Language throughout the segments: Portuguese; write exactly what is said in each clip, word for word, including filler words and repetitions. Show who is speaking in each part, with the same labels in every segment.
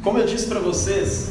Speaker 1: Como eu disse para vocês,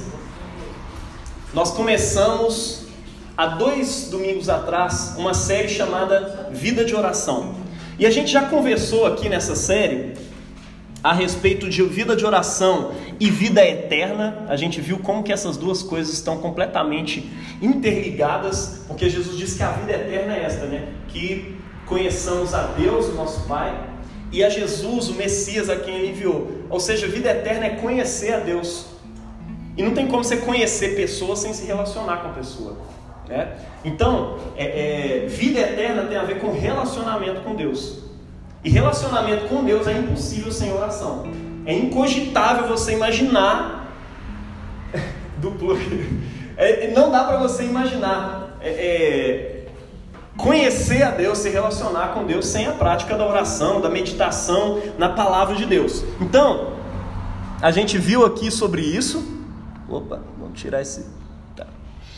Speaker 1: nós começamos há dois domingos atrás uma série chamada Vida de Oração. E a gente já conversou aqui nessa série a respeito de vida de oração e vida eterna. A gente viu como que essas duas coisas estão completamente interligadas, porque Jesus disse que a vida eterna é esta, né? Que conheçamos a Deus, o nosso Pai, e a Jesus, o Messias, a quem Ele enviou. Ou seja, vida eterna é conhecer a Deus. E não tem como você conhecer pessoas sem se relacionar com a pessoa, né? Então, é, é, vida eterna tem a ver com relacionamento com Deus. E relacionamento com Deus é impossível sem oração. É incogitável você imaginar duplo. É, não dá para você imaginar é, é, conhecer a Deus, se relacionar com Deus sem a prática da oração, da meditação na palavra de Deus. Então, a gente viu aqui sobre isso. Opa, vamos tirar esse... Tá.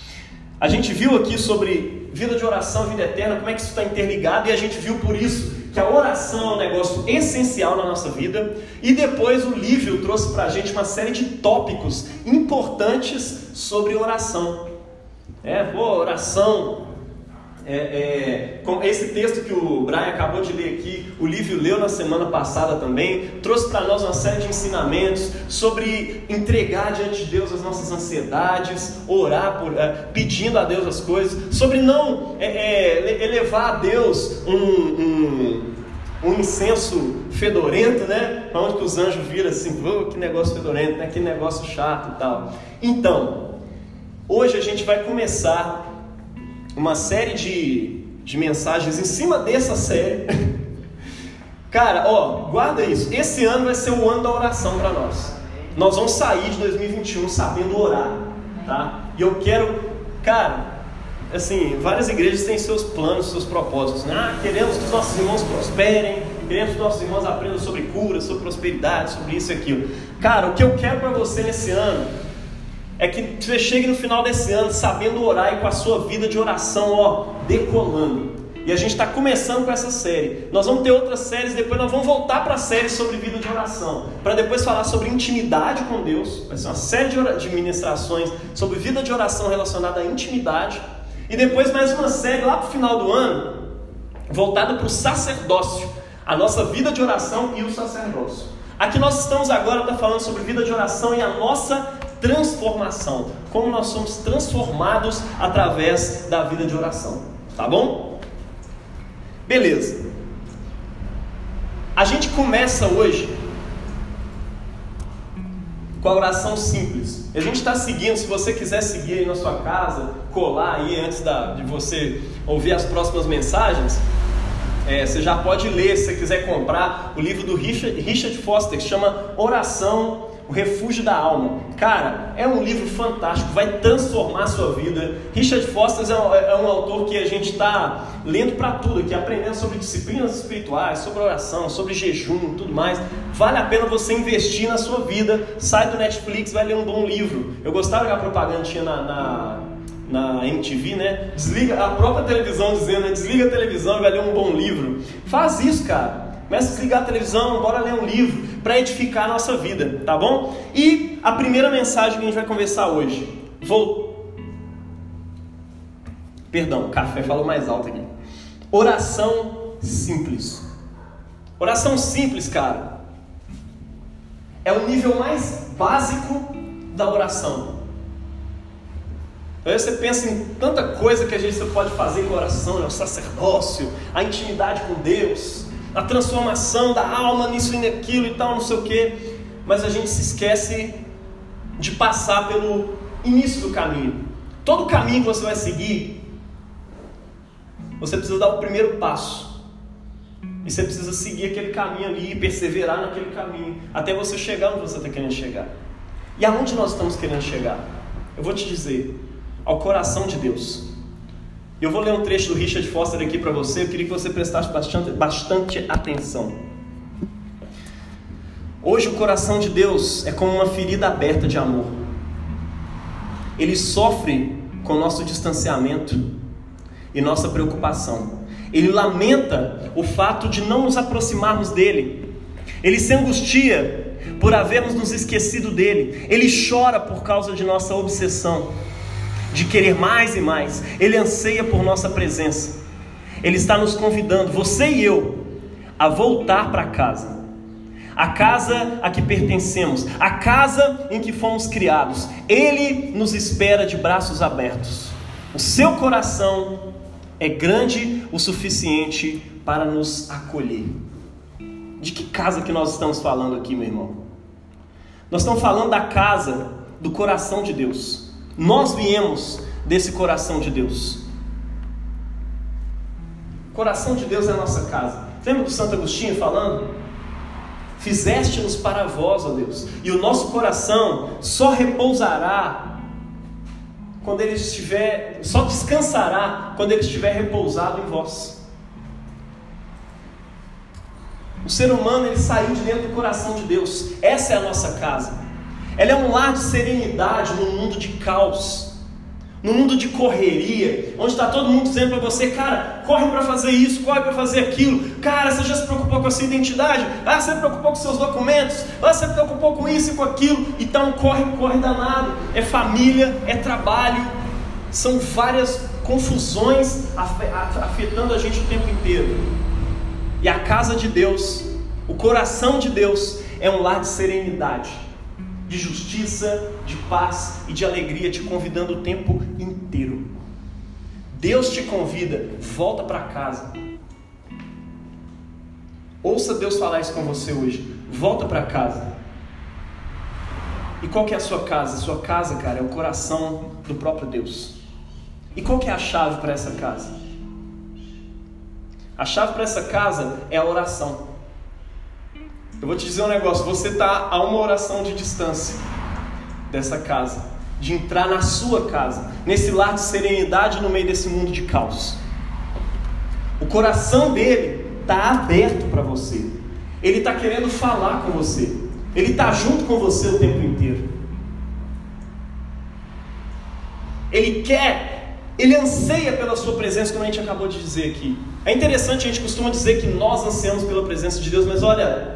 Speaker 1: A gente viu aqui sobre vida de oração, vida eterna, como é que isso está interligado, e a gente viu por isso que a oração é um negócio essencial na nossa vida. E depois o Lívio trouxe para a gente uma série de tópicos importantes sobre oração. É, pô, oração... É, é, com esse texto que o Brian acabou de ler aqui, o Lívio leu na semana passada também, trouxe para nós uma série de ensinamentos sobre entregar diante de Deus as nossas ansiedades, orar, por, é, pedindo a Deus as coisas, sobre não é, é, elevar a Deus um, um, um incenso fedorento, né? Para onde que os anjos viram assim, oh, que negócio fedorento, né? Que negócio chato e tal. Então, hoje a gente vai começar uma série de, de mensagens em cima dessa série. Cara, ó, guarda isso. Esse ano vai ser o ano da oração para nós. Nós vamos sair de dois mil e vinte e um sabendo orar, tá? E eu quero, cara, assim, várias igrejas têm seus planos, seus propósitos, né? Ah, queremos que os nossos irmãos prosperem, queremos que os nossos irmãos aprendam sobre cura, sobre prosperidade, sobre isso e aquilo. Cara, o que eu quero para você nesse ano é que você chegue no final desse ano sabendo orar e com a sua vida de oração, ó, decolando. E a gente está começando com essa série. Nós vamos ter outras séries, depois nós vamos voltar para a série sobre vida de oração, para depois falar sobre intimidade com Deus. Vai ser uma série de ministrações sobre vida de oração relacionada à intimidade. E depois mais uma série lá para o final do ano, voltada para o sacerdócio, a nossa vida de oração e o sacerdócio. Aqui nós estamos agora tá falando sobre vida de oração e a nossa transformação, como nós somos transformados através da vida de oração, tá bom? Beleza. A gente começa hoje com a oração simples. A gente está seguindo, se você quiser seguir aí na sua casa, colar aí antes da, de você ouvir as próximas mensagens, é, você já pode ler, se você quiser comprar o livro do Richard, Richard Foster, que chama Oração, o Refúgio da Alma. Cara, é um livro fantástico, vai transformar a sua vida. Richard Foster é um, é um autor que a gente está lendo para tudo aqui, aprendendo sobre disciplinas espirituais, sobre oração, sobre jejum, tudo mais. Vale a pena você investir na sua vida. Sai do Netflix, vai ler um bom livro. Eu gostava que a propaganda tinha na, na, na M T V, né? Desliga a própria televisão dizendo, né? Desliga a televisão e vai ler um bom livro. Faz isso, cara. Começa a desligar a televisão, bora ler um livro para edificar a nossa vida, tá bom? E a primeira mensagem que a gente vai conversar hoje, vou... Perdão, o café falou mais alto aqui. Oração simples. Oração simples, cara, é o nível mais básico da oração. Aí você pensa em tanta coisa que a gente pode fazer com a oração, né? O sacerdócio, a intimidade com Deus, a transformação da alma nisso e naquilo e tal, não sei o que, mas a gente se esquece de passar pelo início do caminho. Todo caminho que você vai seguir, você precisa dar o primeiro passo, e você precisa seguir aquele caminho ali, perseverar naquele caminho, até você chegar onde você está querendo chegar. E aonde nós estamos querendo chegar? Eu vou te dizer, ao coração de Deus. Eu vou ler um trecho do Richard Foster aqui para você. Eu queria que você prestasse bastante, bastante atenção. Hoje o coração de Deus é como uma ferida aberta de amor. Ele sofre com o nosso distanciamento e nossa preocupação. Ele lamenta o fato de não nos aproximarmos dele. Ele se angustia por havermos nos esquecido dele. Ele chora por causa de nossa obsessão, de querer mais e mais. Ele anseia por nossa presença. Ele está nos convidando, você e eu, a voltar para casa. A casa a que pertencemos, a casa em que fomos criados. Ele nos espera de braços abertos. O seu coração é grande o suficiente para nos acolher. De que casa que nós estamos falando aqui, meu irmão? Nós estamos falando da casa do coração de Deus. Nós viemos desse coração de Deus. O coração de Deus é a nossa casa. Lembra do Santo Agostinho falando? Fizeste-nos para vós, ó Deus, e o nosso coração só repousará quando ele estiver, só descansará quando ele estiver repousado em vós. O ser humano, ele saiu de dentro do coração de Deus. Essa é a nossa casa. Ela é um lar de serenidade no mundo de caos, no mundo de correria, onde está todo mundo dizendo para você: cara, corre para fazer isso, corre para fazer aquilo. Cara, você já se preocupou com a sua identidade? Ah, você se preocupou com seus documentos? Ah, você se preocupou com isso e com aquilo? Então corre, corre danado. É família, é trabalho, são várias confusões afetando a gente o tempo inteiro. E a casa de Deus, o coração de Deus, é um lar de serenidade, de justiça, de paz e de alegria, te convidando o tempo inteiro. Deus te convida, volta para casa. Ouça Deus falar isso com você hoje. Volta para casa. E qual que é a sua casa? A sua casa, cara, é o coração do próprio Deus. E qual que é a chave para essa casa? A chave para essa casa é a oração. Eu vou te dizer um negócio, você está a uma oração de distância dessa casa, de entrar na sua casa, nesse lar de serenidade no meio desse mundo de caos. O coração dele está aberto para você, ele está querendo falar com você, ele está junto com você o tempo inteiro. Ele quer, ele anseia pela sua presença, como a gente acabou de dizer aqui. É interessante, a gente costuma dizer que nós ansiamos pela presença de Deus, mas olha,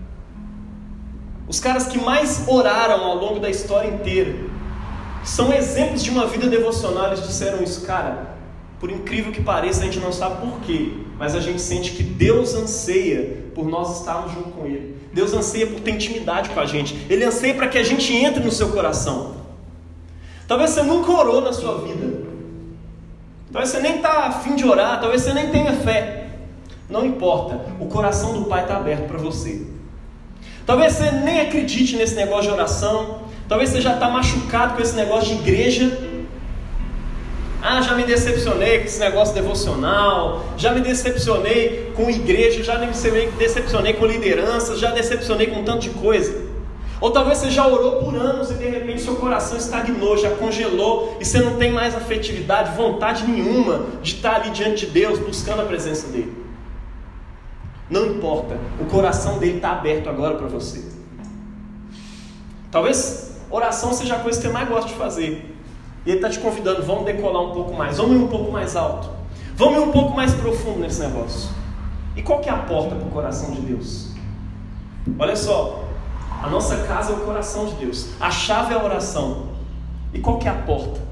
Speaker 1: os caras que mais oraram ao longo da história inteira, que são exemplos de uma vida devocional, eles disseram isso: cara, por incrível que pareça, a gente não sabe por quê, mas a gente sente que Deus anseia por nós estarmos junto com Ele. Deus anseia por ter intimidade com a gente. Ele anseia para que a gente entre no seu coração. Talvez você nunca orou na sua vida, talvez você nem está a fim de orar, talvez você nem tenha fé. Não importa, o coração do Pai está aberto para você. Talvez você nem acredite nesse negócio de oração, talvez você já está machucado com esse negócio de igreja. Ah, já me decepcionei com esse negócio devocional, já me decepcionei com igreja, já me decepcionei com lideranças, já decepcionei com um tanto de coisa. Ou talvez você já orou por anos e de repente seu coração estagnou, já congelou, e você não tem mais afetividade, vontade nenhuma de estar ali diante de Deus, buscando a presença dele. Não importa, o coração dele está aberto agora para você. Talvez oração seja a coisa que você mais gosta de fazer, e ele está te convidando: vamos decolar um pouco mais, vamos ir um pouco mais alto, vamos ir um pouco mais profundo nesse negócio. E qual que é a porta para o coração de Deus? Olha só, a nossa casa é o coração de Deus, a chave é a oração. E qual que é a porta?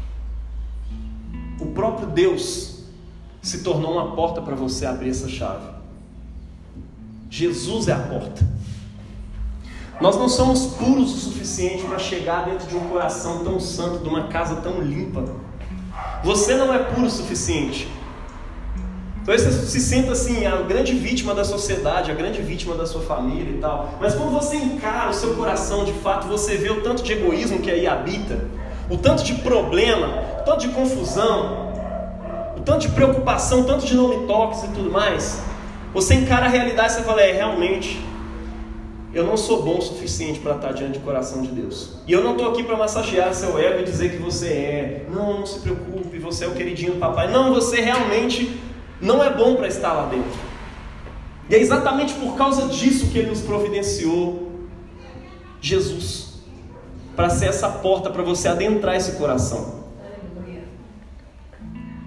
Speaker 1: O próprio Deus se tornou uma porta para você abrir essa chave. Jesus é a porta. Nós não somos puros o suficiente para chegar dentro de um coração tão santo, de uma casa tão limpa. Você não é puro o suficiente. Então você se sente assim, a grande vítima da sociedade, a grande vítima da sua família e tal. Mas quando você encara o seu coração de fato, você vê o tanto de egoísmo que aí habita, o tanto de problema, o tanto de confusão, o tanto de preocupação, o tanto de não me toques e tudo mais. Você encara a realidade e você fala: é, realmente, eu não sou bom o suficiente para estar diante do coração de Deus. E eu não estou aqui para massagear seu ego e dizer que você é. Não, não se preocupe, você é o queridinho do papai. Não, você realmente não é bom para estar lá dentro. E é exatamente por causa disso que Ele nos providenciou Jesus, para ser essa porta para você adentrar esse coração.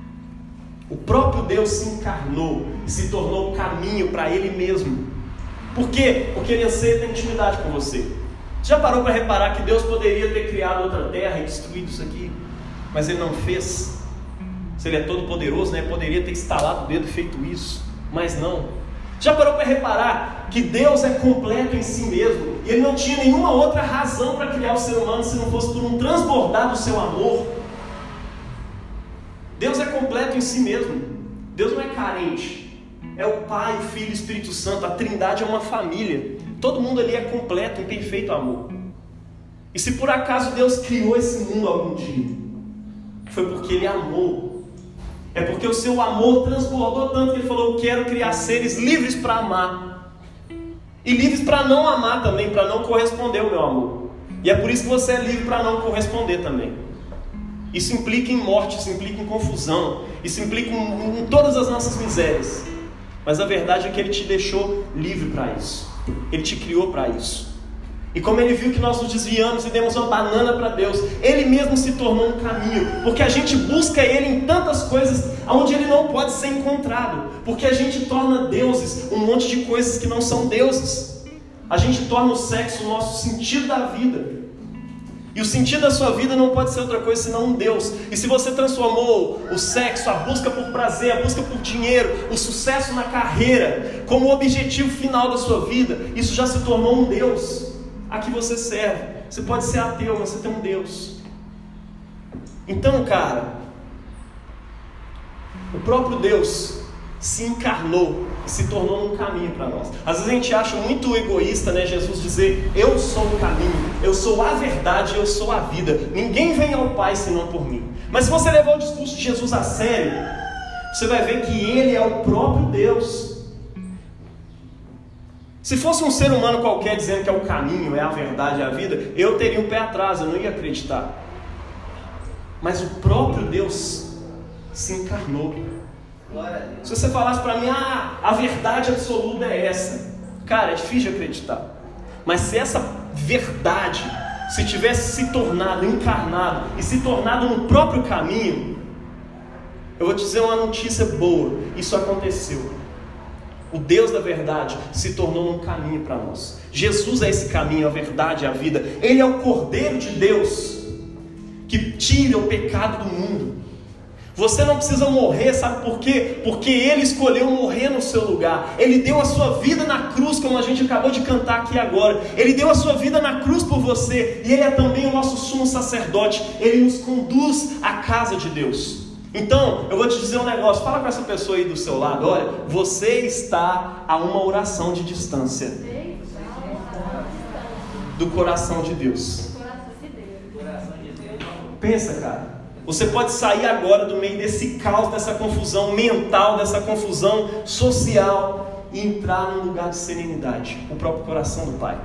Speaker 1: O próprio Deus se encarnou e se tornou o caminho para Ele mesmo. Por quê? Porque Ele anseia ter intimidade com você. Você já parou para reparar que Deus poderia ter criado outra terra e destruído isso aqui? Mas Ele não fez. Se Ele é todo poderoso, né? Poderia ter instalado o dedo e feito isso. Mas não. Já parou para reparar que Deus é completo em si mesmo? E Ele não tinha nenhuma outra razão para criar o ser humano se não fosse por um transbordar do seu amor. Deus é completo em si mesmo. Deus não é carente. É o Pai, o Filho e o Espírito Santo. A Trindade é uma família. Todo mundo ali é completo em perfeito amor. E se por acaso Deus criou esse mundo algum dia, foi porque Ele amou. É porque o seu amor transbordou tanto que Ele falou: eu quero criar seres livres para amar. E livres para não amar também, para não corresponder ao meu amor. E é por isso que você é livre para não corresponder também. Isso implica em morte, isso implica em confusão, isso implica em, em todas as nossas misérias. Mas a verdade é que Ele te deixou livre para isso. Ele te criou para isso. E como Ele viu que nós nos desviamos e demos uma banana para Deus, Ele mesmo se tornou um caminho. Porque a gente busca Ele em tantas coisas onde Ele não pode ser encontrado. Porque a gente torna deuses um monte de coisas que não são deuses. A gente torna o sexo o nosso sentido da vida. E o sentido da sua vida não pode ser outra coisa senão um Deus. E se você transformou o sexo, a busca por prazer, a busca por dinheiro, o sucesso na carreira como o objetivo final da sua vida, isso já se tornou um Deus a que você serve. Você pode ser ateu, mas você tem um Deus. Então, cara, o próprio Deus se encarnou e se tornou um caminho para nós. Às vezes a gente acha muito egoísta, né, Jesus dizer: eu sou o caminho, eu sou a verdade, eu sou a vida, ninguém vem ao Pai senão por mim. Mas se você levar o discurso de Jesus a sério, você vai ver que Ele é o próprio Deus. Se fosse um ser humano qualquer dizendo que é o caminho, é a verdade, é a vida, eu teria um pé atrás, eu não ia acreditar. Mas o próprio Deus se encarnou. Se você falasse para mim: ah, a verdade absoluta é essa, cara, é difícil de acreditar. Mas se essa verdade se tivesse se tornado encarnado e se tornado no próprio caminho, eu vou te dizer uma notícia boa: isso aconteceu. O Deus da verdade se tornou um caminho para nós. Jesus é esse caminho, a verdade, a vida. Ele é o Cordeiro de Deus que tira o pecado do mundo. Você não precisa morrer, sabe por quê? Porque Ele escolheu morrer no seu lugar. Ele deu a sua vida na cruz, como a gente acabou de cantar aqui agora. Ele deu a sua vida na cruz por você. E Ele é também o nosso sumo sacerdote. Ele nos conduz à casa de Deus. Então, eu vou te dizer um negócio. Fala com essa pessoa aí do seu lado. Olha, você está a uma oração de distância do coração de Deus. Pensa, cara. Você pode sair agora do meio desse caos, dessa confusão mental, dessa confusão social e entrar num lugar de serenidade, o próprio coração do Pai.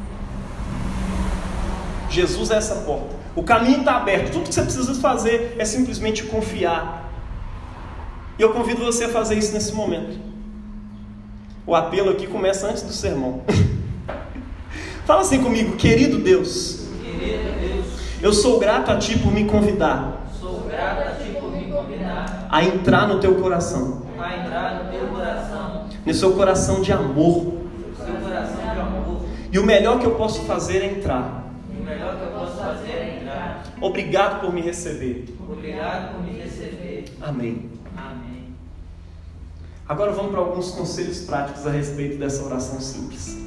Speaker 1: Jesus é essa porta. O caminho está aberto. Tudo que você precisa fazer é simplesmente confiar. E eu convido você a fazer isso nesse momento. O apelo aqui começa antes do sermão. Fala assim comigo: querido Deus,
Speaker 2: querido Deus,
Speaker 1: eu sou grato a Ti por me convidar
Speaker 2: a Ti por me convidar
Speaker 1: a entrar no Teu coração,
Speaker 2: a entrar no Teu coração,
Speaker 1: no Seu coração de amor.
Speaker 2: no Seu coração de amor.
Speaker 1: E o melhor que eu posso fazer é entrar.
Speaker 2: O melhor que eu posso fazer é entrar.
Speaker 1: Obrigado por me receber.
Speaker 2: Obrigado por me receber.
Speaker 1: Amém.
Speaker 2: Amém.
Speaker 1: Agora vamos para alguns conselhos práticos a respeito dessa oração simples.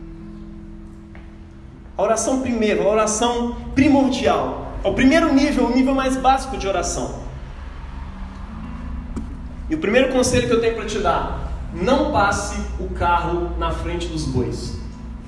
Speaker 1: A oração primeira, a oração primordial. O primeiro nível, o nível mais básico de oração. E o primeiro conselho que eu tenho para te dar: não passe o carro na frente dos bois.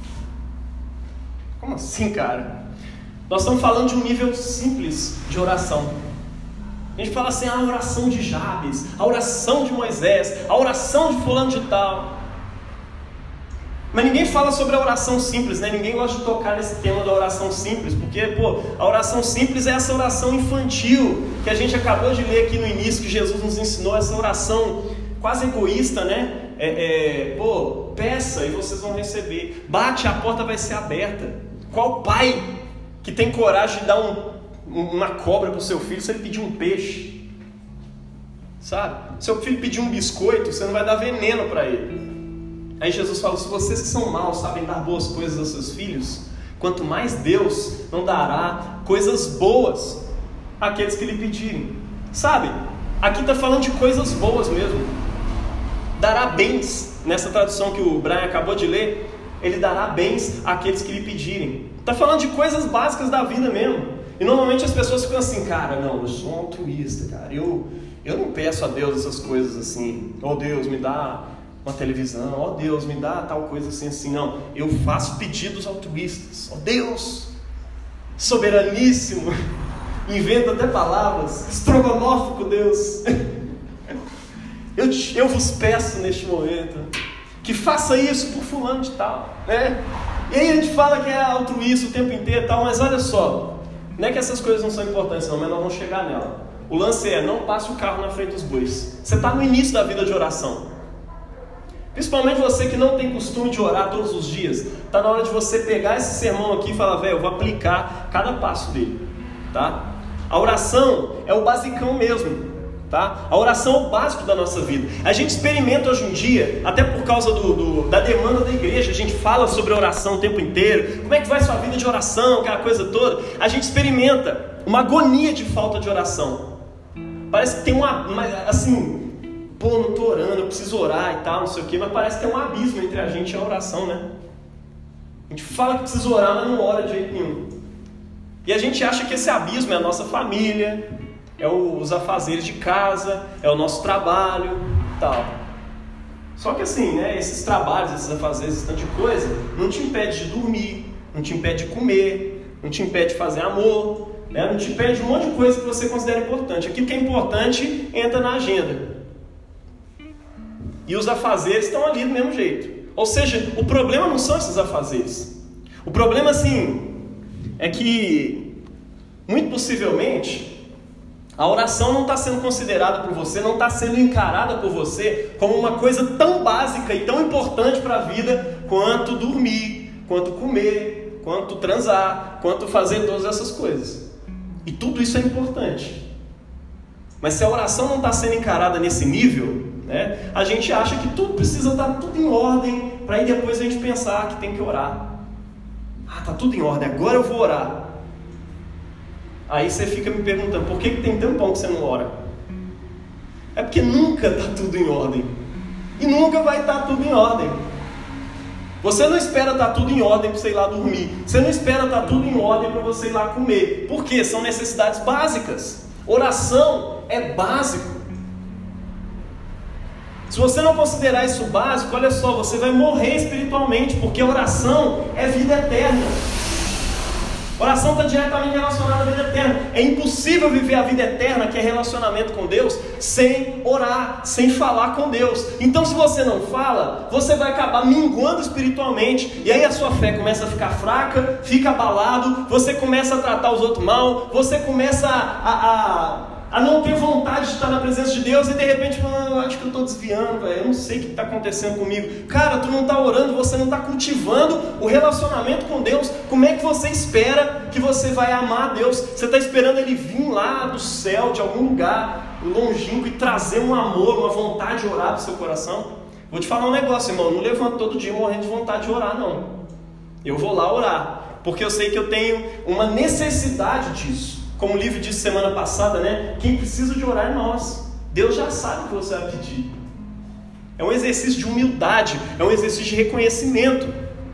Speaker 1: Como assim, cara? Nós estamos falando de um nível simples de oração. A gente fala assim: a oração de Jabes, a oração de Moisés, a oração de fulano de tal. Mas ninguém fala sobre a oração simples, né? Ninguém gosta de tocar nesse tema da oração simples, porque, pô, a oração simples é essa oração infantil que a gente acabou de ler aqui no início, que Jesus nos ensinou, essa oração quase egoísta, né? É, é, pô, peça e vocês vão receber. Bate, a porta vai ser aberta. Qual pai que tem coragem de dar um, uma cobra para o seu filho se ele pedir um peixe? Sabe? Se seu filho pedir um biscoito, você não vai dar veneno para ele. Aí Jesus fala, se vocês que são maus sabem dar boas coisas aos seus filhos, quanto mais Deus não dará coisas boas àqueles que lhe pedirem. Sabe, aqui está falando de coisas boas mesmo. Dará bens, nessa tradução que o Brian acabou de ler, ele dará bens àqueles que lhe pedirem. Está falando de coisas básicas da vida mesmo. E normalmente as pessoas ficam assim, cara, não, eu sou um altruísta, cara, eu, eu não peço a Deus essas coisas assim, oh Deus, me dá uma televisão, oh Deus, me dá tal coisa assim, assim, não, eu faço pedidos altruístas, oh Deus, soberaníssimo, inventa até palavras, estrogonófico Deus, eu, eu vos peço neste momento, que faça isso por fulano de tal, né? E aí a gente fala que é altruísta o tempo inteiro e tal, mas olha só, não é que essas coisas não são importantes não, mas nós vamos chegar nela. O lance é, não passe o carro na frente dos bois. Você está no início da vida de oração. Principalmente você que não tem costume de orar todos os dias. Está na hora de você pegar esse sermão aqui e falar, velho, eu vou aplicar cada passo dele. Tá? A oração é o basicão mesmo. Tá? A oração é o básico da nossa vida. A gente experimenta hoje em dia, até por causa do, do, da demanda da igreja, a gente fala sobre oração o tempo inteiro. Como é que vai sua vida de oração, aquela coisa toda. A gente experimenta uma agonia de falta de oração. Parece que tem uma, uma assim, pô, não estou orando, eu preciso orar e tal, não sei o que, mas parece que tem um abismo entre a gente e a oração, né? A gente fala que precisa orar, mas não ora de jeito nenhum. E a gente acha que esse abismo é a nossa família, é os afazeres de casa, é o nosso trabalho e tal. Só que assim, né, esses trabalhos, esses afazeres, esse tanto de coisa, não te impede de dormir, não te impede de comer, não te impede de fazer amor, né, não te impede de um monte de coisa que você considera importante. Aquilo que é importante entra na agenda. E os afazeres estão ali do mesmo jeito. Ou seja, o problema não são esses afazeres. O problema, assim, é que, muito possivelmente, a oração não está sendo considerada por você, não está sendo encarada por você como uma coisa tão básica e tão importante para a vida quanto dormir, quanto comer, quanto transar, quanto fazer todas essas coisas. E tudo isso é importante. Mas se a oração não está sendo encarada nesse nível, né, a gente acha que tudo precisa estar tudo em ordem para aí depois a gente pensar que tem que orar. Ah, está tudo em ordem, agora eu vou orar. Aí você fica me perguntando, por que, que tem tempão que você não ora? É porque nunca está tudo em ordem. E nunca vai estar tudo em ordem. Você não espera estar tudo em ordem para você ir lá dormir. Você não espera estar tudo em ordem para você ir lá comer. Por quê? São necessidades básicas. Oração é básico. Se você não considerar isso básico, olha só, você vai morrer espiritualmente, porque oração é vida eterna. Oração está diretamente relacionada à vida eterna. É impossível viver a vida eterna, que é relacionamento com Deus, sem orar, sem falar com Deus. Então, se você não fala, você vai acabar minguando espiritualmente. E aí a sua fé começa a ficar fraca, fica abalado, você começa a tratar os outros mal, você começa a, a, a não ter vontade de estar na presença de Deus. E de repente, ah, eu acho que eu estou desviando, véio. Eu não sei o que está acontecendo comigo. Cara, tu não está orando, você não está cultivando o relacionamento com Deus. Como é que você espera que você vai amar a Deus? Você está esperando Ele vir lá do céu, de algum lugar longínquo, e trazer um amor, uma vontade de orar para o seu coração? Vou te falar um negócio, irmão. Eu não levanto todo dia morrendo de vontade de orar, não. Eu vou lá orar, porque eu sei que eu tenho uma necessidade disso. Como o livro disse semana passada, né? Quem precisa de orar é nós. Deus já sabe o que você vai pedir. É um exercício de humildade, é um exercício de reconhecimento.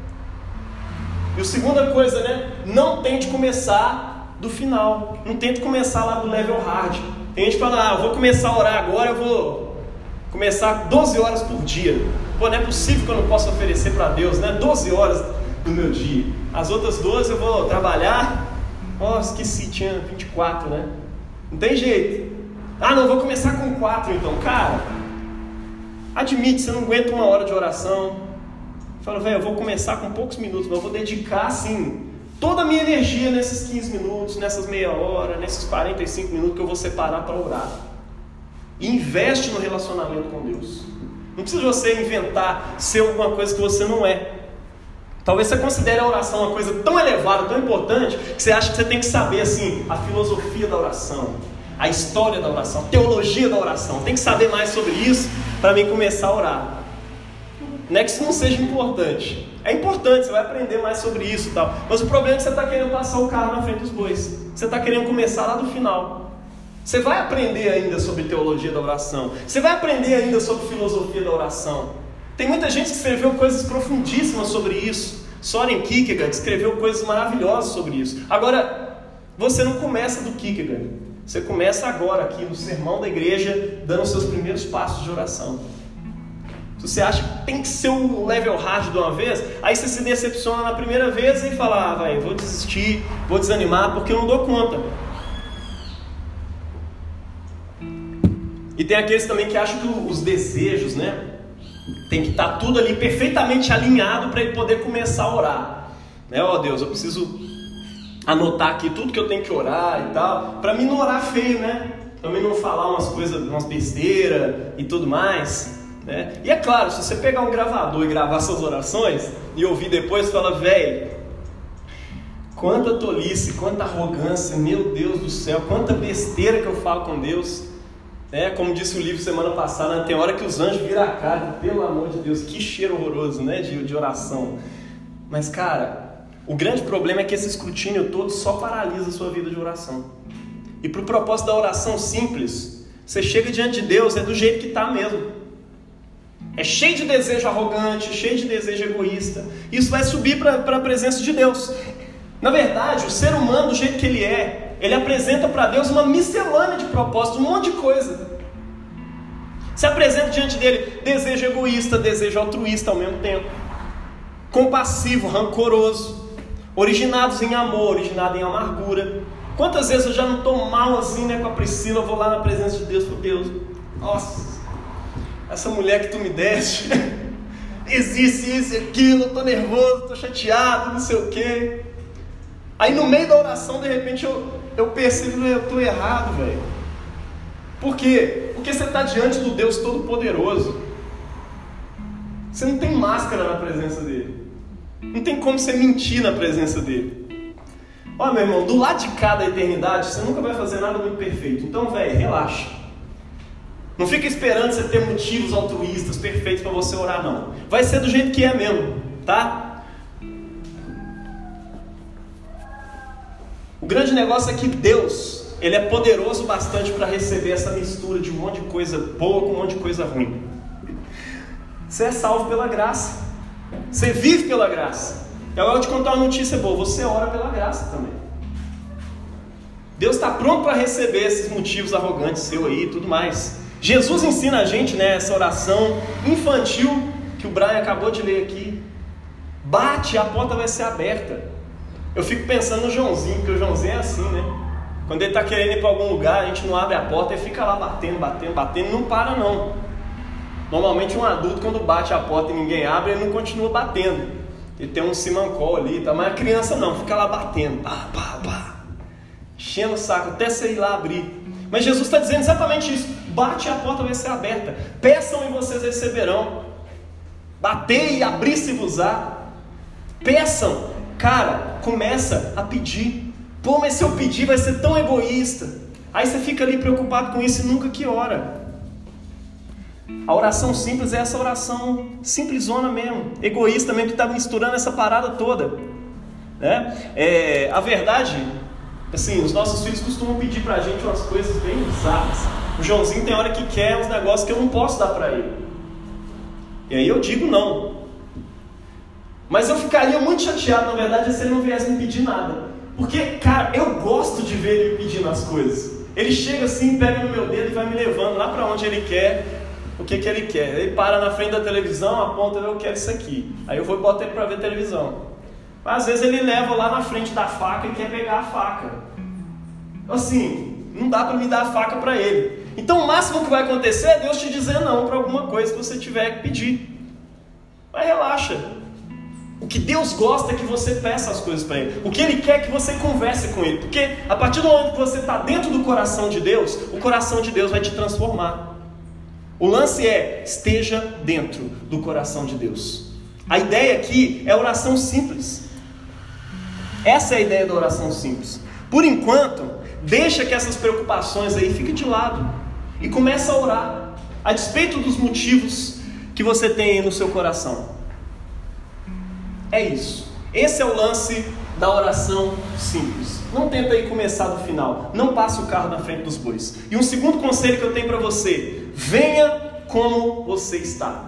Speaker 1: E a segunda coisa, né? Não tente começar do final. Não tente começar lá do level hard. Tem gente que fala, ah, eu vou começar a orar agora, eu vou começar doze horas por dia. Pô, não é possível que eu não possa oferecer para Deus, né? doze horas do meu dia. As outras doze eu vou trabalhar. Oh, esqueci, tinha vinte e quatro, né? Não tem jeito. Ah, não, vou começar com quatro então. Cara, admite, você não aguenta uma hora de oração. Fala, velho, eu vou começar com poucos minutos, mas eu vou dedicar, assim, toda a minha energia nesses quinze minutos, nessas meia hora, nesses quarenta e cinco minutos que eu vou separar para orar. E investe no relacionamento com Deus. Não precisa você inventar ser alguma coisa que você não é. Talvez você considere a oração uma coisa tão elevada, tão importante, que você acha que você tem que saber, assim, a filosofia da oração, a história da oração, a teologia da oração. Tem que saber mais sobre isso para mim começar a orar. não é que isso não seja importante. É importante, você vai aprender mais sobre isso e tal. Mas o problema é que você está querendo passar o carro na frente dos bois. Você está querendo começar lá do final. Você vai aprender ainda sobre teologia da oração. Você vai aprender ainda sobre filosofia da oração. Tem muita gente que escreveu coisas profundíssimas sobre isso. Soren Kierkegaard escreveu coisas maravilhosas sobre isso. Agora, você não começa do Kierkegaard. Você começa agora aqui no sermão da igreja, dando os seus primeiros passos de oração. Se você acha que tem que ser um level hard de uma vez, aí você se decepciona na primeira vez e fala, ah, vai, vou desistir, vou desanimar, porque eu não dou conta. E tem aqueles também que acham que os desejos, né, tem que estar tudo ali perfeitamente alinhado para ele poder começar a orar. Né, ó Deus, eu preciso anotar aqui tudo que eu tenho que orar e tal, para mim não orar feio, né? Também não falar umas coisas, umas besteiras e tudo mais, né? E é claro, se você pegar um gravador e gravar suas orações e ouvir depois, fala, velho, quanta tolice, quanta arrogância, meu Deus do céu, quanta besteira que eu falo com Deus. É, como disse o livro semana passada, né? Tem hora que os anjos viram a cara, pelo amor de Deus, que cheiro horroroso, né, de, de oração. Mas cara, o grande problema é que esse escrutínio todo só paralisa a sua vida de oração. E para o propósito da oração simples, você chega diante de Deus, é do jeito que está mesmo. É cheio de desejo arrogante, cheio de desejo egoísta. Isso vai subir para a presença de Deus. Na verdade, o ser humano, do jeito que ele é, ele apresenta para Deus uma miscelânea de propósitos, um monte de coisa. Se apresenta diante dele desejo egoísta, desejo altruísta ao mesmo tempo, compassivo, rancoroso, originados em amor, originado em amargura. Quantas vezes eu já não estou mal assim, né, com a Priscila, eu vou lá na presença de Deus, por Deus, nossa, essa mulher que tu me deste, existe isso e aquilo, eu estou nervoso, estou chateado, não sei o quê. Aí no meio da oração, de repente, eu, eu percebo que eu estou errado, velho. Por quê? Porque você está diante do Deus Todo-Poderoso. Você não tem máscara na presença dele. Não tem como você mentir na presença dele. Olha, meu irmão, do lado de cá da eternidade, você nunca vai fazer nada muito perfeito. Então, velho, relaxa. Não fica esperando você ter motivos altruístas, perfeitos para você orar, não. Vai ser do jeito que é mesmo, tá? O grande negócio é que Deus, Ele é poderoso bastante para receber essa mistura de um monte de coisa boa com um monte de coisa ruim. Você é salvo pela graça. Você vive pela graça. E agora eu vou te contar uma notícia boa. Você ora pela graça também. Deus está pronto para receber esses motivos arrogantes seu aí e tudo mais. Jesus ensina a gente, né, essa oração infantil que o Brian acabou de ler aqui. Bate, a porta vai ser aberta. Eu fico pensando no Joãozinho, porque o Joãozinho é assim, né? Quando ele está querendo ir para algum lugar, a gente não abre a porta, ele fica lá batendo, batendo, batendo, não para não. Normalmente um adulto, quando bate a porta e ninguém abre, ele não continua batendo. Ele tem um simancol ali, tá? Mas a criança não, fica lá batendo, pá, pá, pá, enchendo o saco, até você ir lá abrir. Mas Jesus está dizendo exatamente isso. Bate e a porta vai ser aberta. Peçam e vocês receberão. Batei e abri-se-vos-á. Peçam. Cara, começa a pedir. Pô, mas se eu pedir vai ser tão egoísta. Aí você fica ali preocupado com isso e nunca que ora. A oração simples é essa oração simplesona mesmo, egoísta mesmo, que está misturando essa parada toda, né? É, a verdade, assim, os nossos filhos costumam pedir pra gente umas coisas bem bizarras. O Joãozinho tem hora que quer uns negócios que eu não posso dar pra ele. E aí eu digo não. Mas eu ficaria muito chateado, na verdade, se ele não viesse me pedir nada. Porque, cara, eu gosto de ver ele pedindo as coisas. Ele chega assim, pega no meu dedo e vai me levando lá pra onde ele quer. O que que ele quer? Ele para na frente da televisão, aponta, eu quero isso aqui. Aí eu vou e boto ele pra ver televisão. Mas às vezes ele leva lá na frente da faca e quer pegar a faca. Assim, não dá pra me dar a faca pra ele. Então o máximo que vai acontecer é Deus te dizer não pra alguma coisa que você tiver que pedir. Mas relaxa. O que Deus gosta é que você peça as coisas para Ele. O que Ele quer é que você converse com Ele. Porque a partir do momento que você está dentro do coração de Deus, o coração de Deus vai te transformar. O lance é, esteja dentro do coração de Deus. A ideia aqui é oração simples. Essa é a ideia da oração simples. Por enquanto, deixa que essas preocupações aí fiquem de lado. E começa a orar. A despeito dos motivos que você tem aí no seu coração? É isso. Esse é o lance da oração simples. Não tenta aí começar do final. Não passe o carro na frente dos bois. E um segundo conselho que eu tenho para você: venha como você está.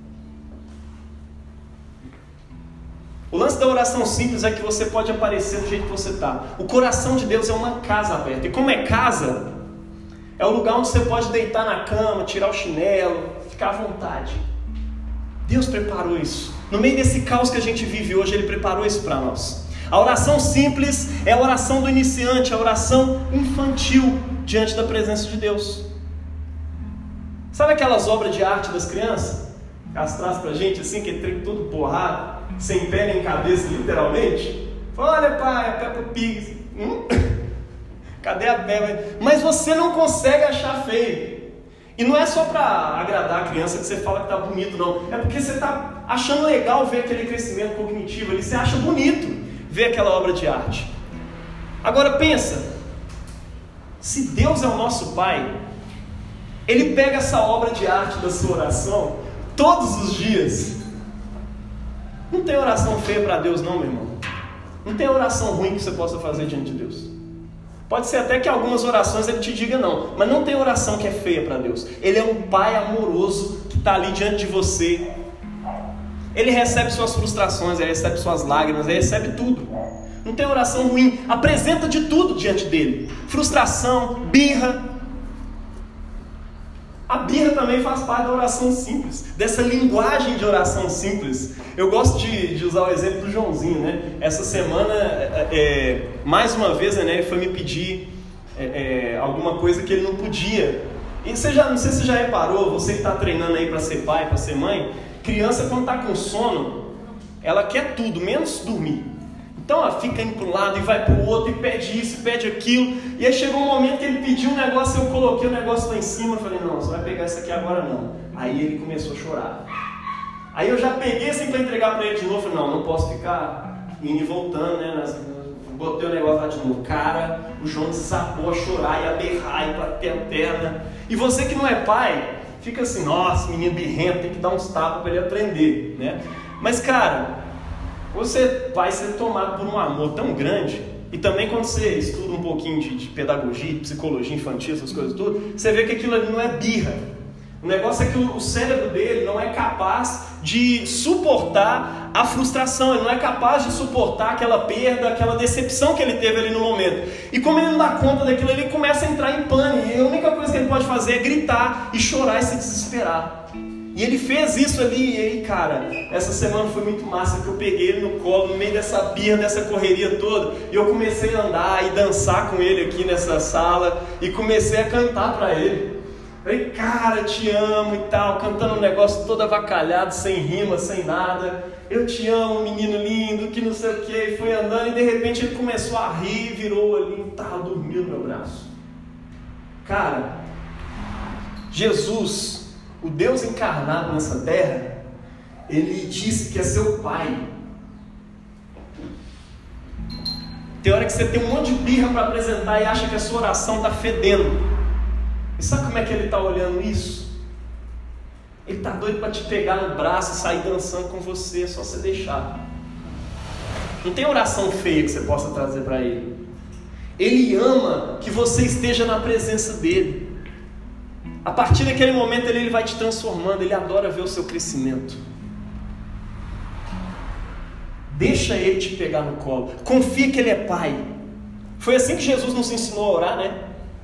Speaker 1: O lance da oração simples é que você pode aparecer do jeito que você está. O coração de Deus é uma casa aberta. E como é casa, é o lugar onde você pode deitar na cama, tirar o chinelo, ficar à vontade. Deus preparou isso. No meio desse caos que a gente vive hoje, Ele preparou isso para nós. A oração simples é a oração do iniciante, a oração infantil diante da presença de Deus. Sabe aquelas obras de arte das crianças? Elas trazem pra gente assim, que trem todo porrado, sem pé nem cabeça, literalmente. Olha, pai, a Peppa Pig. Hum? Cadê a Peppa? Mas você não consegue achar feio. E não é só para agradar a criança que você fala que tá bonito, não. É porque você tá achando legal ver aquele crescimento cognitivo ali. Você acha bonito ver aquela obra de arte. Agora pensa, se Deus é o nosso Pai, Ele pega essa obra de arte da sua oração todos os dias. Não tem oração feia para Deus não, meu irmão. Não tem oração ruim que você possa fazer diante de Deus. Pode ser até que algumas orações Ele te diga não, mas não tem oração que é feia para Deus. Ele é um Pai amoroso que está ali diante de você. Ele recebe suas frustrações, Ele recebe suas lágrimas, Ele recebe tudo. Não tem oração ruim. Apresenta de tudo diante dele. Frustração, birra. A birra também faz parte da oração simples, dessa linguagem de oração simples. Eu gosto de, de usar o exemplo do Joãozinho, né? Essa semana, é, é, mais uma vez, né, ele foi me pedir é, é, alguma coisa que ele não podia. E você já, não sei se você já reparou, você que está treinando aí para ser pai, para ser mãe, criança quando está com sono, ela quer tudo, menos dormir. Então ela fica indo para um lado e vai para o outro, e pede isso, e pede aquilo. E aí chegou um momento que ele pediu um negócio, eu coloquei o negócio lá em cima, eu falei, não, você vai pegar isso aqui agora não. Aí ele começou a chorar. Aí eu já peguei assim para entregar para ele de novo, falei, não, não posso ficar indo e voltando, né? Nas, botei o negócio lá de novo. Cara, o João desabou a chorar e a berrar e bater a perna. E você que não é pai, fica assim, nossa, menino birrento, tem que dar uns tapas para ele aprender, né? Mas cara, você vai ser tomado por um amor tão grande. E também quando você estuda um pouquinho de, de pedagogia, de psicologia infantil, essas coisas tudo, você vê que aquilo ali não é birra. O negócio é que o, o cérebro dele não é capaz de suportar a frustração, ele não é capaz de suportar aquela perda, aquela decepção que ele teve ali no momento. E como ele não dá conta daquilo, ele começa a entrar em pânico. E a única coisa que ele pode fazer é gritar e chorar e se desesperar. E ele fez isso ali, e aí, cara, essa semana foi muito massa, que eu peguei ele no colo, no meio dessa birra, dessa correria toda, e eu comecei a andar e dançar com ele aqui nessa sala, e comecei a cantar pra ele. Falei, cara, te amo e tal, cantando um negócio todo avacalhado, sem rima, sem nada. Eu te amo, menino lindo, que não sei o que, e foi andando, e de repente ele começou a rir, virou ali, e tava dormindo no meu braço. Cara, Jesus, o Deus encarnado nessa terra, Ele disse que é seu Pai. Tem hora que você tem um monte de birra para apresentar e acha que a sua oração está fedendo. E sabe como é que Ele está olhando isso? Ele está doido para te pegar no braço e sair dançando com você, é só você deixar. Não tem oração feia que você possa trazer para Ele. Ele ama que você esteja na presença dEle. A partir daquele momento ele, ele vai te transformando. Ele adora ver o seu crescimento. Deixa ele te pegar no colo. Confia que ele é Pai. Foi assim que Jesus nos ensinou a orar, né?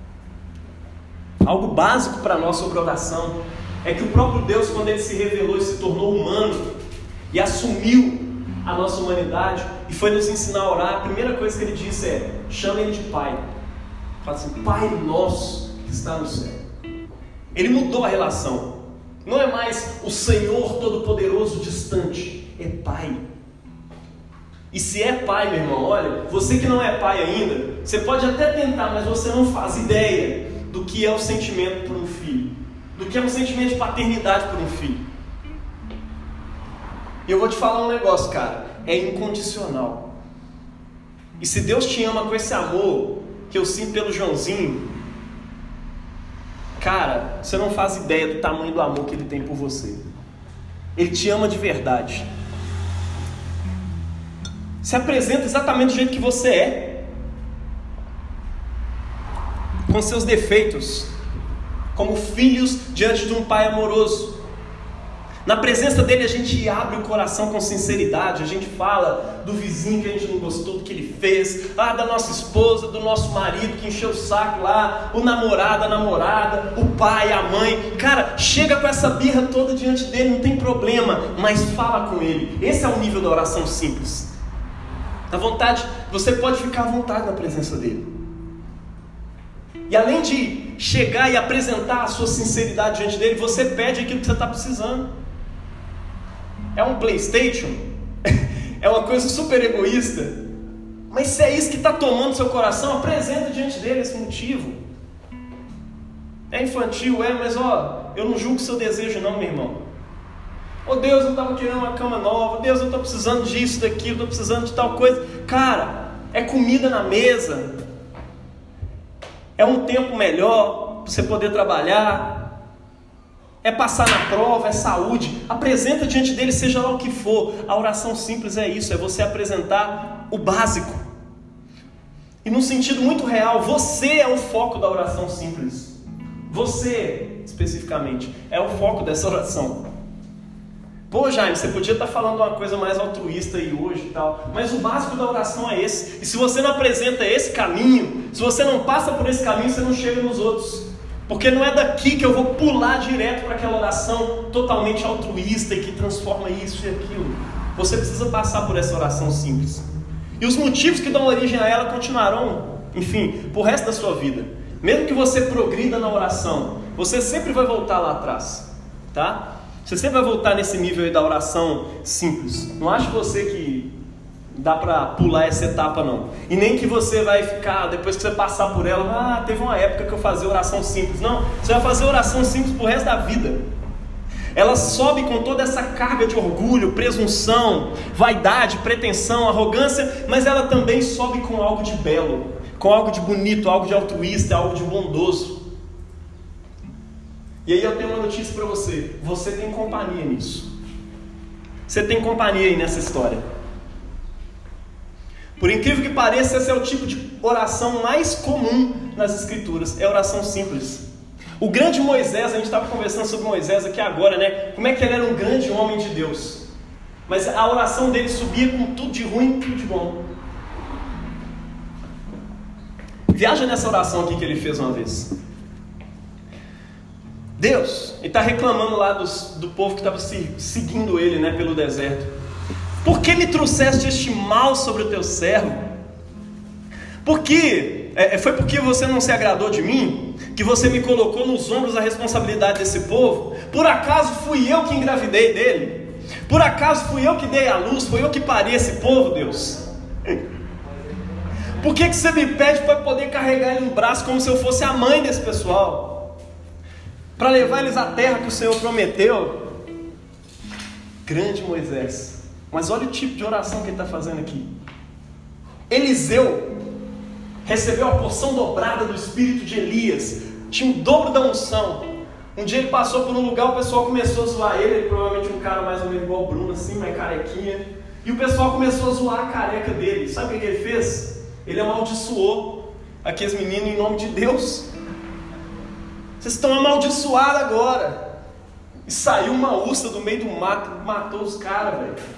Speaker 1: Algo básico para nós sobre oração é que o próprio Deus, quando ele se revelou e se tornou humano e assumiu a nossa humanidade e foi nos ensinar a orar, a primeira coisa que ele disse é: chama ele de Pai. Fala assim: Pai nosso que está no céu. Ele mudou a relação. Não é mais o Senhor Todo-Poderoso distante. É Pai. E se é pai, meu irmão, olha, você que não é pai ainda, você pode até tentar, mas você não faz ideia do que é o sentimento por um filho, do que é o sentimento de paternidade por um filho. E eu vou te falar um negócio, cara, é incondicional. E se Deus te ama com esse amor que eu sinto pelo Joãozinho, cara, você não faz ideia do tamanho do amor que Ele tem por você. Ele te ama de verdade. Se apresenta exatamente do jeito que você é, com seus defeitos, como filhos diante de um pai amoroso. Na presença dele a gente abre o coração com sinceridade, a gente fala do vizinho que a gente não gostou do que ele fez, ah, da nossa esposa, do nosso marido que encheu o saco lá, o namorado, a namorada, o pai, a mãe. Cara, chega com essa birra toda diante dele, não tem problema, mas fala com ele. Esse é o nível da oração simples. À vontade, você pode ficar à vontade na presença dele. E além de chegar e apresentar a sua sinceridade diante dele, você pede aquilo que você está precisando. É um PlayStation? É uma coisa super egoísta? Mas se é isso que está tomando seu coração, apresenta diante dele esse motivo. É infantil, é, mas ó, eu não julgo o seu desejo não, meu irmão. Oh Deus, eu estava querendo uma cama nova. Deus, eu estou precisando disso, daquilo, estou precisando de tal coisa. Cara, é comida na mesa. É um tempo melhor para você poder trabalhar. É passar na prova, é saúde. Apresenta diante dele, seja lá o que for. A oração simples é isso, é você apresentar o básico. E num sentido muito real, você é o foco da oração simples. Você, especificamente, é o foco dessa oração. Pô, Jaime, você podia estar falando uma coisa mais altruísta aí hoje e tal, mas o básico da oração é esse. E se você não apresenta esse caminho, se você não passa por esse caminho, você não chega nos outros. Porque não é daqui que eu vou pular direto para aquela oração totalmente altruísta e que transforma isso e aquilo. Você precisa passar por essa oração simples. E os motivos que dão origem a ela continuarão, enfim, por resto da sua vida. Mesmo que você progrida na oração, você sempre vai voltar lá atrás, tá? Você sempre vai voltar nesse nível aí da oração simples. Não ache você que dá para pular essa etapa não. E nem que você vai ficar, depois que você passar por ela, ah, teve uma época que eu fazia oração simples. Não, você vai fazer oração simples pro resto da vida. Ela sobe com toda essa carga de orgulho, presunção, vaidade, pretensão, arrogância, mas ela também sobe com algo de belo, com algo de bonito, algo de altruísta, algo de bondoso. E aí eu tenho uma notícia para você. Você tem companhia nisso. Você tem companhia aí nessa história. Por incrível que pareça, esse é o tipo de oração mais comum nas Escrituras. É oração simples. O grande Moisés, a gente estava conversando sobre Moisés aqui agora, né? Como é que ele era um grande homem de Deus. Mas a oração dele subia com tudo de ruim e tudo de bom. Viaja nessa oração aqui que ele fez uma vez. Deus, ele está reclamando lá dos, do povo que estava se, seguindo ele, né, pelo deserto. Por que me trouxeste este mal sobre o teu servo? Porque, é, foi porque você não se agradou de mim, que você me colocou nos ombros a responsabilidade desse povo? Por acaso fui eu que engravidei dele? Por acaso fui eu que dei a luz? Foi eu que parei esse povo, Deus? Por que, que você me pede para poder carregar ele no braço como se eu fosse a mãe desse pessoal? Para levar eles à terra que o Senhor prometeu? Grande Moisés. Mas olha o tipo de oração que ele está fazendo aqui. Eliseu recebeu a porção dobrada do espírito de Elias. Tinha o dobro da unção. Um dia ele passou por um lugar, o pessoal começou a zoar ele. Ele provavelmente um cara mais ou menos igual o Bruno, assim, mais carequinha. E o pessoal começou a zoar a careca dele. Sabe o que, que ele fez? Ele amaldiçoou aqueles meninos em nome de Deus. Vocês estão amaldiçoados agora. E saiu uma ursa do meio do mato, matou os caras, velho.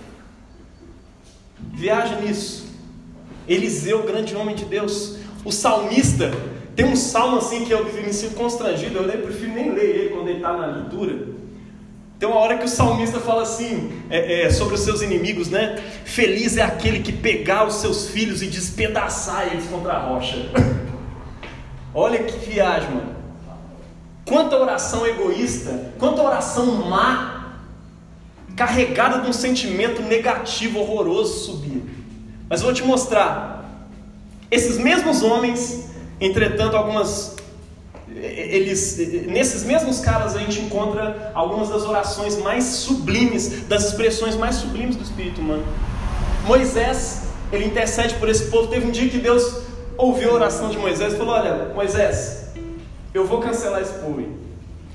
Speaker 1: Viaja nisso. Eliseu, grande homem de Deus. O salmista, tem um salmo assim que eu me sinto constrangido. Eu prefiro nem ler ele quando ele está na leitura. Tem uma hora que o salmista fala assim, é, é, sobre os seus inimigos, né? Feliz é aquele que pegar os seus filhos e despedaçar eles contra a rocha. Olha que viagem, mano. Quanta oração egoísta, quanta oração má, carregada de um sentimento negativo, horroroso subia. Mas eu vou te mostrar. Esses mesmos homens, entretanto, algumas... Eles, nesses mesmos caras a gente encontra algumas das orações mais sublimes, das expressões mais sublimes do espírito humano. Moisés, ele intercede por esse povo. Teve um dia que Deus ouviu a oração de Moisés e falou: olha, Moisés, eu vou cancelar esse povo aí.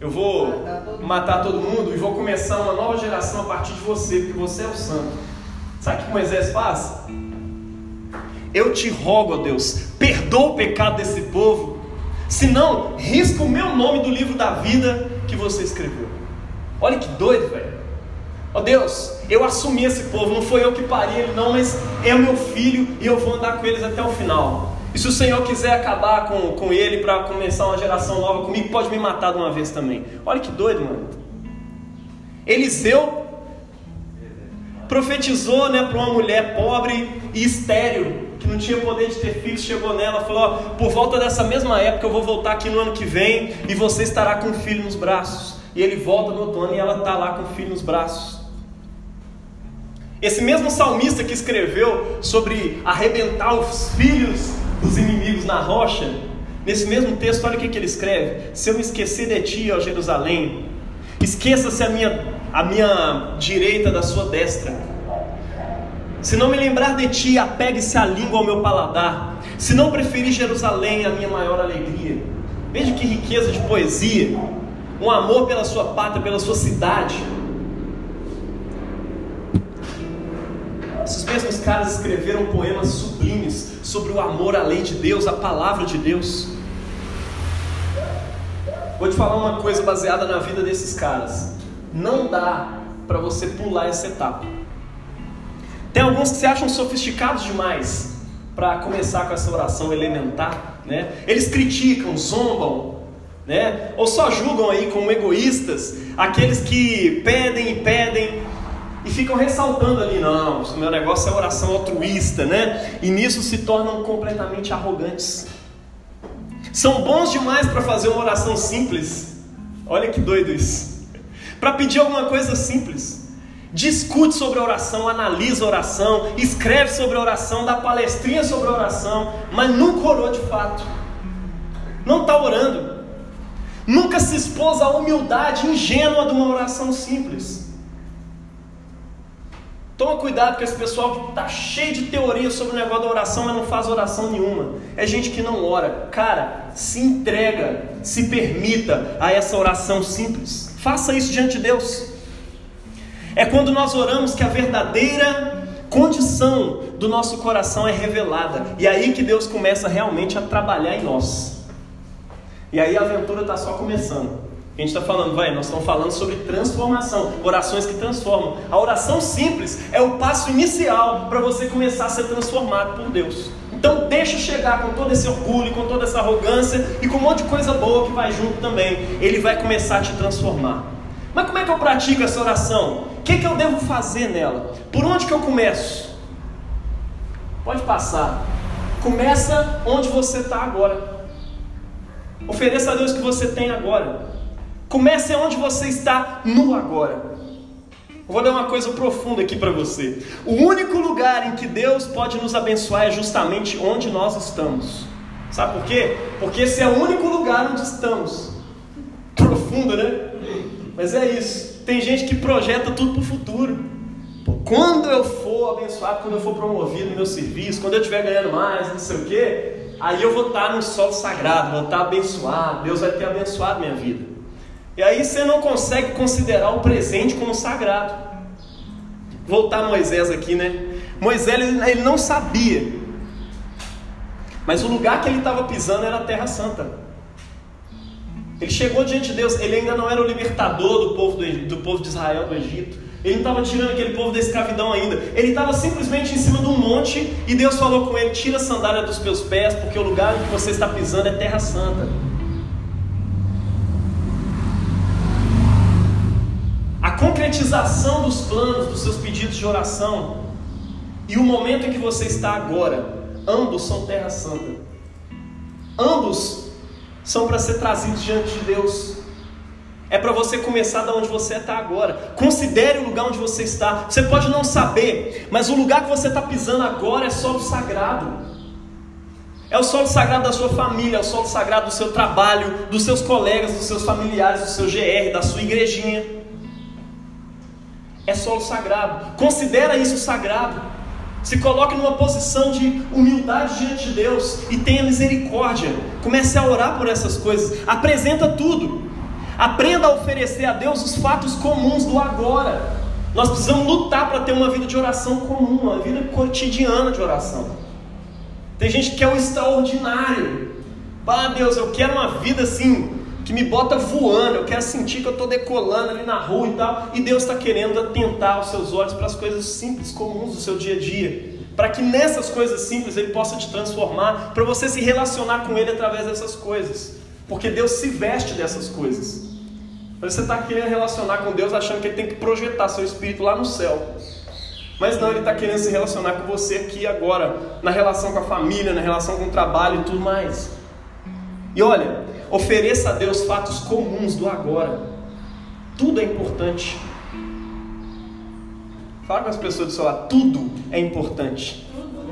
Speaker 1: eu vou matar todo mundo e vou começar uma nova geração a partir de você, porque você é o santo. Sabe o que Moisés faz? Eu te rogo, ó Deus, perdoa o pecado desse povo, senão risca o meu nome do livro da vida que você escreveu. Olha que doido, velho. Ó Deus, eu assumi esse povo, não foi eu que parei ele não, mas é meu filho e eu vou andar com eles até o final. E se o Senhor quiser acabar com, com ele para começar uma geração nova comigo, pode me matar de uma vez também. Olha que doido, mano. Eliseu profetizou, né, para uma mulher pobre e estéril, que não tinha poder de ter filhos, chegou nela e falou: ó, por volta dessa mesma época eu vou voltar aqui no ano que vem e você estará com um filho nos braços. E ele volta no outono e ela está lá com o filho nos braços. Esse mesmo salmista que escreveu sobre arrebentar os filhos dos inimigos na rocha, nesse mesmo texto, olha o que, que ele escreve: se eu me esquecer de ti, ó Jerusalém, esqueça-se a minha, a minha direita da sua destra. Se não me lembrar de ti, apegue-se a língua ao meu paladar. Se não preferir Jerusalém, a minha maior alegria. Veja que riqueza de poesia, um amor pela sua pátria, pela sua cidade. Esses mesmos caras escreveram poemas sublimes sobre o amor à lei de Deus, à palavra de Deus. Vou te falar uma coisa baseada na vida desses caras: não dá para você pular essa etapa. Tem alguns que se acham sofisticados demais para começar com essa oração elementar, né? Eles criticam, zombam, né? Ou só julgam aí como egoístas aqueles que pedem e pedem e ficam ressaltando ali: não, o meu negócio é oração altruísta, né? E nisso se tornam completamente arrogantes. São bons demais para fazer uma oração simples. Olha que doido isso. Para pedir alguma coisa simples. Discute sobre a oração, analisa a oração, escreve sobre a oração, dá palestrinha sobre a oração, mas nunca orou de fato. Não está orando. Nunca se expôs à humildade ingênua de uma oração simples. Toma cuidado com esse pessoal que está cheio de teoria sobre o negócio da oração, mas não faz oração nenhuma. É gente que não ora. Cara, se entrega, se permita a essa oração simples. Faça isso diante de Deus. É quando nós oramos que a verdadeira condição do nosso coração é revelada. E é aí que Deus começa realmente a trabalhar em nós. E aí a aventura está só começando. A gente está falando, vai, nós estamos falando sobre transformação, orações que transformam. A oração simples é o passo inicial para você começar a ser transformado por Deus. Então deixa chegar com todo esse orgulho, com toda essa arrogância e com um monte de coisa boa que vai junto também. Ele vai começar a te transformar. Mas como é que eu pratico essa oração? O que, que eu devo fazer nela? Por onde que eu começo? Pode passar. Começa onde você está agora. Ofereça a Deus o que você tem agora. Comece onde você está no agora. Eu vou dar uma coisa profunda aqui para você. O único lugar em que Deus pode nos abençoar é justamente onde nós estamos. Sabe por quê? Porque esse é o único lugar onde estamos. Profundo, né? Mas é isso. Tem gente que projeta tudo para o futuro. Pô, quando eu for abençoado, quando eu for promovido no meu serviço, quando eu estiver ganhando mais, não sei o quê, aí eu vou estar no solo sagrado, vou estar abençoado, Deus vai ter abençoado minha vida. E aí você não consegue considerar o presente como sagrado. Voltar a Moisés aqui, né? Moisés, ele, ele não sabia, mas o lugar que ele estava pisando era a Terra Santa. Ele chegou diante de Deus, ele ainda não era o libertador do povo, do, do povo de Israel do Egito. Ele não estava tirando aquele povo da escravidão ainda. Ele estava simplesmente em cima de um monte e Deus falou com ele: tira a sandália dos teus pés, porque o lugar em que você está pisando é Terra Santa. A concretização dos planos, dos seus pedidos de oração e o momento em que você está agora, ambos são Terra Santa. Ambos são para ser trazidos diante de Deus. É para você começar da onde você está agora. Considere o lugar onde você está. Você pode não saber, mas o lugar que você está pisando agora é solo sagrado. É o solo sagrado da sua família, é o solo sagrado do seu trabalho, dos seus colegas, dos seus familiares, do seu G R, da sua igrejinha. É solo sagrado. Considera isso sagrado. Se coloque numa posição de humildade diante de Deus e tenha misericórdia. Comece a orar por essas coisas. Apresenta tudo. Aprenda a oferecer a Deus os fatos comuns do agora. Nós precisamos lutar para ter uma vida de oração comum, uma vida cotidiana de oração. Tem gente que quer o extraordinário. Ah, Deus, eu quero uma vida assim, que me bota voando, eu quero sentir que eu estou decolando ali na rua e tal. E Deus está querendo atentar os seus olhos para as coisas simples, comuns do seu dia a dia, para que nessas coisas simples Ele possa te transformar, para você se relacionar com Ele através dessas coisas, porque Deus se veste dessas coisas. Você está querendo relacionar com Deus achando que Ele tem que projetar seu espírito lá no céu, mas não, Ele está querendo se relacionar com você aqui e agora, na relação com a família, na relação com o trabalho e tudo mais. E olha, ofereça a Deus fatos comuns do agora. Tudo é importante. Fala com as pessoas do seu lado, tudo é importante.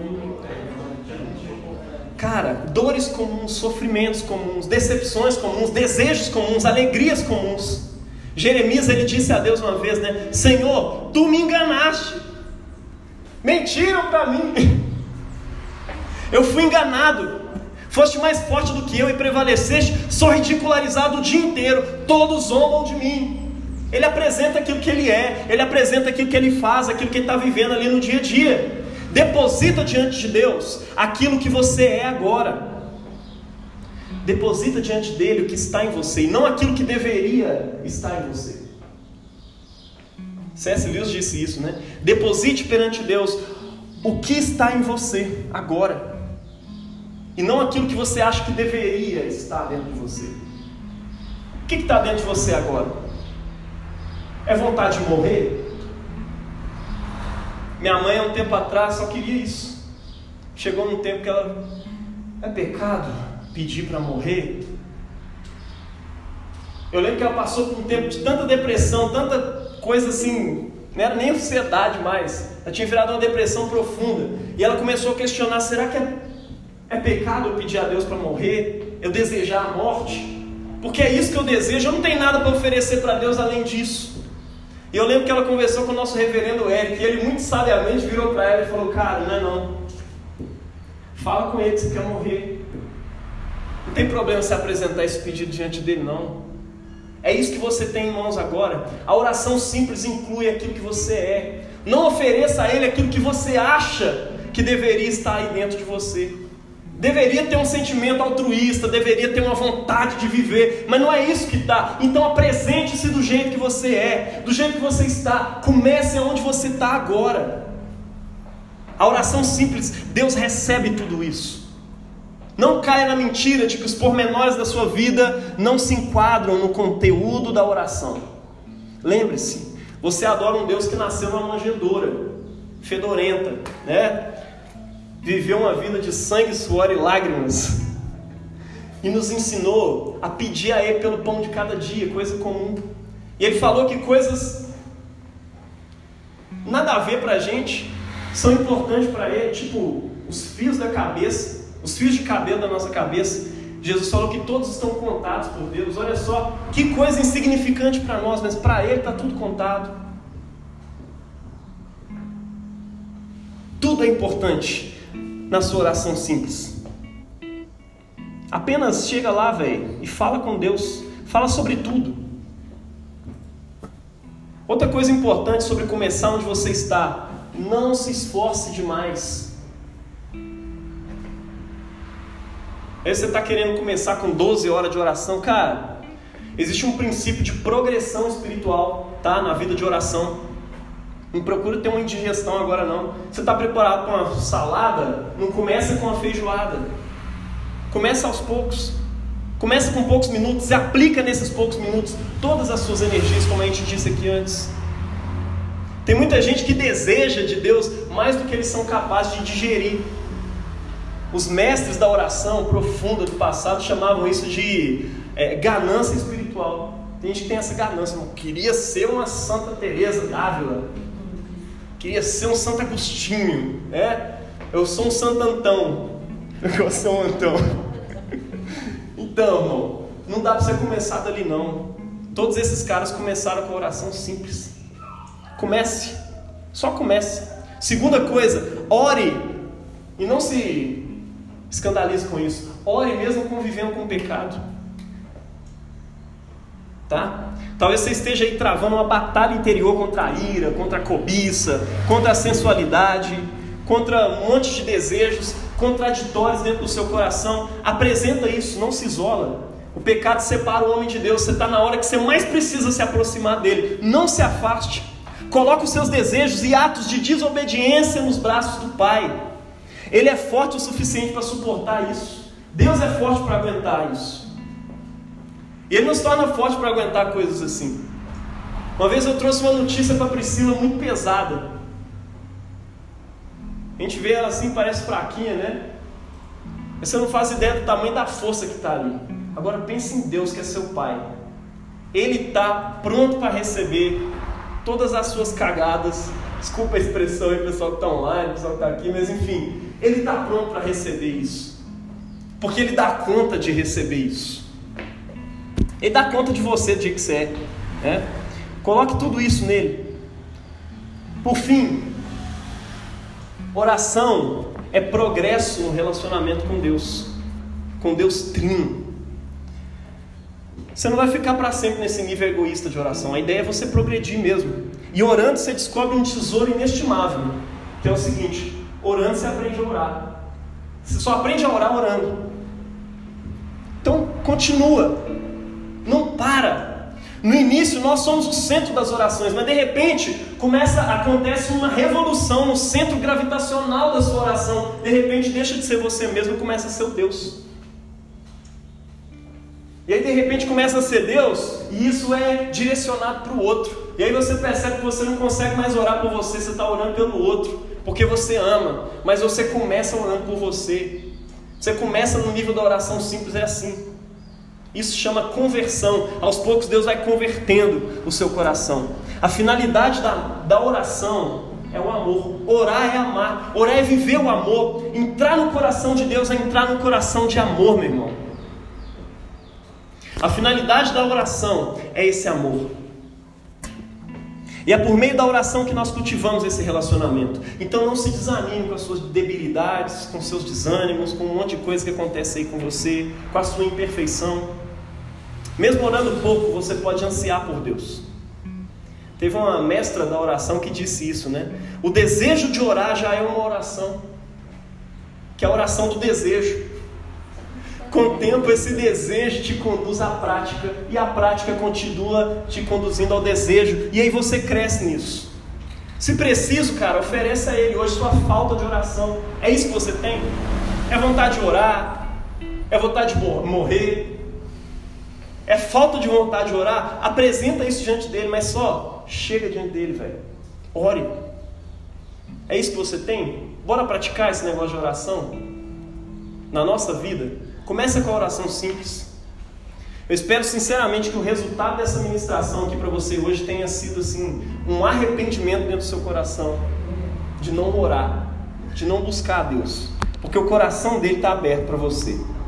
Speaker 1: Cara, dores comuns, sofrimentos comuns, decepções comuns, desejos comuns, alegrias comuns. Jeremias, ele disse a Deus uma vez, né? Senhor, tu me enganaste. Mentiram para mim. Eu fui enganado. Foste mais forte do que eu e prevaleceste. Sou ridicularizado o dia inteiro. Todos zombam de mim. Ele apresenta aquilo que ele é. Ele apresenta aquilo que ele faz, aquilo que ele está vivendo ali no dia a dia. Deposita diante de Deus aquilo que você é agora. Deposita diante dele o que está em você, e não aquilo que deveria estar em você. C S Lewis disse isso, né? Deposite perante Deus o que está em você agora, e não aquilo que você acha que deveria estar dentro de você. O que está dentro de você agora? É vontade de morrer? Minha mãe, há um tempo atrás, só queria isso. Chegou num tempo que ela... É pecado pedir para morrer? Eu lembro que ela passou por um tempo de tanta depressão, tanta coisa assim... Não era nem ansiedade mais. Ela tinha virado uma depressão profunda. E ela começou a questionar, será que é, é pecado eu pedir a Deus para morrer? Eu desejar a morte? Porque é isso que eu desejo, eu não tenho nada para oferecer para Deus além disso. E eu lembro que ela conversou com o nosso reverendo Eric, e ele muito sabiamente virou para ela e falou, cara, não é não. Fala com ele que você quer morrer. Não tem problema você apresentar esse pedido diante dele, não. É isso que você tem em mãos agora. A oração simples inclui aquilo que você é. Não ofereça a ele aquilo que você acha que deveria estar aí dentro de você. Deveria ter um sentimento altruísta, deveria ter uma vontade de viver, mas não é isso que está. Então apresente-se do jeito que você é, do jeito que você está. Comece onde você está agora. A oração simples, Deus recebe tudo isso. Não caia na mentira de que os pormenores da sua vida não se enquadram no conteúdo da oração. Lembre-se, você adora um Deus que nasceu numa manjedoura, fedorenta, né? Viveu uma vida de sangue, suor e lágrimas, e nos ensinou a pedir a Ele pelo pão de cada dia, coisa comum. E Ele falou que coisas nada a ver para a gente são importantes para Ele, tipo os fios da cabeça, os fios de cabelo da nossa cabeça. Jesus falou que todos estão contados por Deus. Olha só, que coisa insignificante para nós, mas para Ele está tudo contado. Tudo é importante na sua oração simples. Apenas chega lá, velho, e fala com Deus. Fala sobre tudo. Outra coisa importante sobre começar onde você está: não se esforce demais. Aí você está querendo começar com doze horas de oração. Cara, existe um princípio de progressão espiritual, tá? Na vida de oração. Não procura ter uma indigestão agora não. Você está preparado para uma salada? Não começa com uma feijoada. Começa aos poucos. Começa com poucos minutos e aplica nesses poucos minutos todas as suas energias, como a gente disse aqui antes. Tem muita gente que deseja de Deus mais do que eles são capazes de digerir. Os mestres da oração profunda do passado chamavam isso de é, ganância espiritual. Tem gente que tem essa ganância. Eu queria ser uma Santa Teresa d'Ávila. Queria ser um Santo Agostinho, né? Eu sou um Santo Antão. Eu sou um Antão. Então, irmão, não dá para você começar dali não. Todos esses caras começaram com a oração simples. Comece. Só comece. Segunda coisa, ore. E não se escandalize com isso. Ore mesmo convivendo com o pecado. tá? Talvez você esteja aí travando uma batalha interior contra a ira, contra a cobiça, contra a sensualidade, contra um monte de desejos contraditórios dentro do seu coração. Apresenta isso, não se isola. O pecado separa o homem de Deus. Você está na hora que você mais precisa se aproximar dele. Não se afaste. Coloque os seus desejos e atos de desobediência nos braços do Pai. Ele é forte o suficiente para suportar isso. Deus é forte para aguentar isso. E Ele nos torna forte para aguentar coisas assim. Uma vez eu trouxe uma notícia para a Priscila muito pesada. A gente vê ela assim, parece fraquinha, né? Mas você não faz ideia do tamanho da força que está ali. Agora pense em Deus, que é seu Pai. Ele está pronto para receber todas as suas cagadas. Desculpa a expressão aí, pessoal que está online, pessoal que está aqui, mas enfim, Ele está pronto para receber isso. Porque Ele dá conta de receber isso. Ele dá conta de você do jeito que você é, né? Coloque tudo isso nele. Por fim, oração é progresso no relacionamento com Deus, com Deus Trino. Você não vai ficar para sempre nesse nível egoísta de oração. A ideia é você progredir mesmo. E orando você descobre um tesouro inestimável, que é o seguinte: orando você aprende a orar. Você só aprende a orar orando. Então continua, não para. No início nós somos o centro das orações, mas de repente começa, acontece uma revolução no centro gravitacional da sua oração. De repente deixa de ser você mesmo e começa a ser o Deus. E aí de repente começa a ser Deus, e isso é direcionado para o outro. E aí você percebe que você não consegue mais orar por você, você está orando pelo outro, porque você ama, mas você começa orando por você. Você começa no nível da oração simples, é assim. Isso chama conversão. Aos poucos Deus vai convertendo o seu coração. A finalidade da, da oração é o amor. Orar é amar, orar é viver o amor. Entrar no coração de Deus é entrar no coração de amor, meu irmão. A finalidade da oração é esse amor. E é por meio da oração que nós cultivamos esse relacionamento. Então não se desanime com as suas debilidades, com seus desânimos, com um monte de coisa que acontece aí com você, com a sua imperfeição. Mesmo orando pouco, você pode ansiar por Deus. Teve uma mestra da oração que disse isso, né? O desejo de orar já é uma oração, que é a oração do desejo. Com o tempo esse desejo te conduz à prática, e a prática continua te conduzindo ao desejo, e aí você cresce nisso. Se preciso, cara, ofereça a Ele hoje sua falta de oração. É isso que você tem? É vontade de orar? É vontade de morrer? É falta de vontade de orar? Apresenta isso diante dele, mas só chega diante dele, velho. Ore. É isso que você tem? Bora praticar esse negócio de oração na nossa vida? Começa com a oração simples. Eu espero sinceramente que o resultado dessa ministração aqui para você hoje tenha sido assim, um arrependimento dentro do seu coração de não orar, de não buscar a Deus, porque o coração dele está aberto para você.